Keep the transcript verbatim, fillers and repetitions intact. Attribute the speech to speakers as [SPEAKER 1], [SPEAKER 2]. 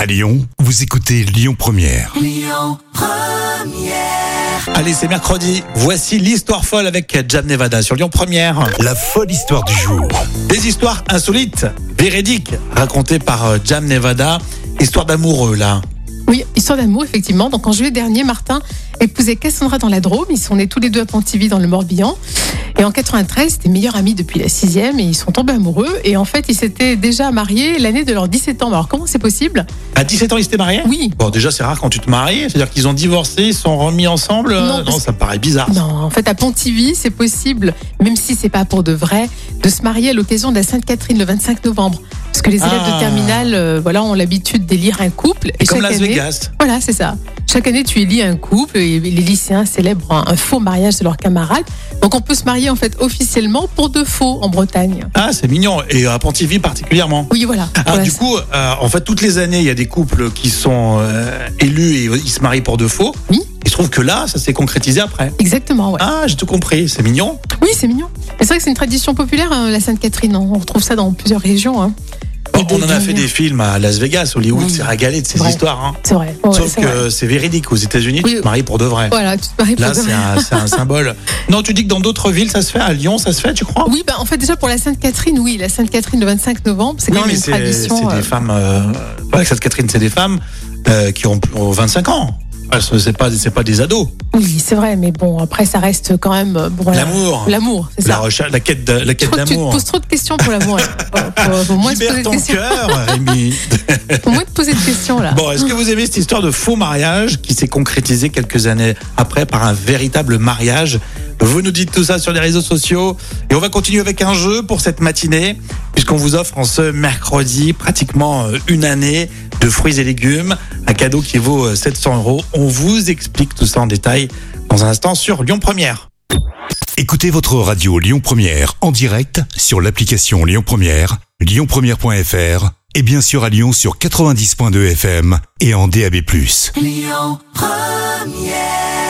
[SPEAKER 1] À Lyon, vous écoutez Lyon Première.
[SPEAKER 2] Lyon Première.
[SPEAKER 3] Allez, c'est mercredi. Voici l'histoire folle avec Jam Nevada sur Lyon Première.
[SPEAKER 1] La folle histoire du jour.
[SPEAKER 3] Des histoires insolites, véridiques, racontées par Jam Nevada. Histoire d'amoureux, là.
[SPEAKER 4] Oui, histoire d'amour, effectivement. Donc, en juillet dernier, Martin épousait Cassandra dans la Drôme. Ils sont nés tous les deux à Pontivy, dans le Morbihan. Et en quatre-vingt-treize, c'était meilleurs amis depuis la sixième et ils sont tombés amoureux. Et en fait, ils s'étaient déjà mariés l'année de leurs dix-sept ans. Alors, comment c'est possible ?
[SPEAKER 3] À dix-sept ans, ils s'étaient mariés ?
[SPEAKER 4] Oui.
[SPEAKER 3] Bon, déjà, c'est rare quand tu te maries. C'est-à-dire qu'ils ont divorcé, ils se sont remis ensemble.
[SPEAKER 4] Non,
[SPEAKER 3] non ça me paraît bizarre.
[SPEAKER 4] Non, en fait, à Pontivy, c'est possible, même si c'est pas pour de vrai, de se marier à l'occasion de la Sainte-Catherine le vingt-cinq novembre. Parce que les élèves
[SPEAKER 3] Ah.
[SPEAKER 4] de terminale euh, voilà, ont l'habitude d'élire un couple.
[SPEAKER 3] Et comme
[SPEAKER 4] chaque
[SPEAKER 3] Las
[SPEAKER 4] année,
[SPEAKER 3] Vegas.
[SPEAKER 4] Voilà, c'est ça. Chaque année, tu élis un couple et les lycéens célèbrent un, un faux mariage de leurs camarades. Donc, on peut se marier en fait officiellement pour de faux en Bretagne.
[SPEAKER 3] Ah, c'est mignon. Et à Pontivy particulièrement.
[SPEAKER 4] Oui, voilà.
[SPEAKER 3] Alors
[SPEAKER 4] Voilà,
[SPEAKER 3] du
[SPEAKER 4] ça.
[SPEAKER 3] coup, euh, en fait, toutes les années, il y a des couples qui sont euh, élus et ils se marient pour de faux.
[SPEAKER 4] Oui.
[SPEAKER 3] Il se trouve que là, ça s'est concrétisé après.
[SPEAKER 4] Exactement, ouais.
[SPEAKER 3] Ah, j'ai tout compris. C'est mignon.
[SPEAKER 4] Oui, c'est mignon. Mais c'est vrai que c'est une tradition populaire, hein, la Sainte-Catherine. On retrouve ça dans plusieurs régions. Hein.
[SPEAKER 3] Bon, on en a
[SPEAKER 4] Des-
[SPEAKER 3] fait des films à Las Vegas, Hollywood,
[SPEAKER 4] Oui.
[SPEAKER 3] s'est régalé de ces
[SPEAKER 4] Ouais.
[SPEAKER 3] histoires. Hein.
[SPEAKER 4] C'est vrai. Ouais,
[SPEAKER 3] Sauf
[SPEAKER 4] c'est vrai.
[SPEAKER 3] que c'est véridique. Aux États-Unis,
[SPEAKER 4] Oui.
[SPEAKER 3] tu te maries pour de vrai.
[SPEAKER 4] Voilà, tu te maries pour
[SPEAKER 3] Là,
[SPEAKER 4] de
[SPEAKER 3] c'est
[SPEAKER 4] vrai.
[SPEAKER 3] un, c'est un symbole. Non, tu dis que dans d'autres villes, ça se fait. À Lyon, ça se fait, tu crois ?
[SPEAKER 4] Oui, bah, en fait, déjà pour la Sainte-Catherine, oui, la Sainte-Catherine le vingt-cinq novembre, c'est
[SPEAKER 3] Oui,
[SPEAKER 4] quand même
[SPEAKER 3] mais
[SPEAKER 4] une
[SPEAKER 3] c'est
[SPEAKER 4] tradition.
[SPEAKER 3] c'est
[SPEAKER 4] euh,
[SPEAKER 3] des femmes. Euh, voilà, Sainte Catherine, c'est des femmes euh, qui ont ont vingt-cinq ans. Ah, C'est pas, c'est pas des ados.
[SPEAKER 4] Oui, c'est vrai, mais bon, après, ça reste quand même. euh, Bon, voilà.
[SPEAKER 3] L'amour.
[SPEAKER 4] L'amour, c'est
[SPEAKER 3] La
[SPEAKER 4] ça.
[SPEAKER 3] recherche, la quête, de- la
[SPEAKER 4] Je
[SPEAKER 3] quête
[SPEAKER 4] crois que tu te
[SPEAKER 3] d'amour.
[SPEAKER 4] poses trop de questions pour l'amour. là. Faut, faut- faut moins te
[SPEAKER 3] Libère
[SPEAKER 4] poser de
[SPEAKER 3] ton
[SPEAKER 4] questions.
[SPEAKER 3] cœur, Rémi.
[SPEAKER 4] Faut moins te poser de questions, là.
[SPEAKER 3] Bon, est-ce que vous aimez cette histoire de faux mariage qui s'est concrétisée quelques années après par un véritable mariage ? Vous nous dites tout ça sur les réseaux sociaux. Et on va continuer avec un jeu pour cette matinée, puisqu'on vous offre en ce mercredi pratiquement euh, une année de fruits et légumes, un cadeau qui vaut euh, sept cents euros. On vous explique tout ça en détail dans un instant sur Lyon Première.
[SPEAKER 1] Écoutez votre radio Lyon Première en direct sur l'application Lyon Première, lyon première point f r et bien sûr à Lyon sur quatre-vingt-dix point deux F M et en D A B plus.
[SPEAKER 2] Lyon Première.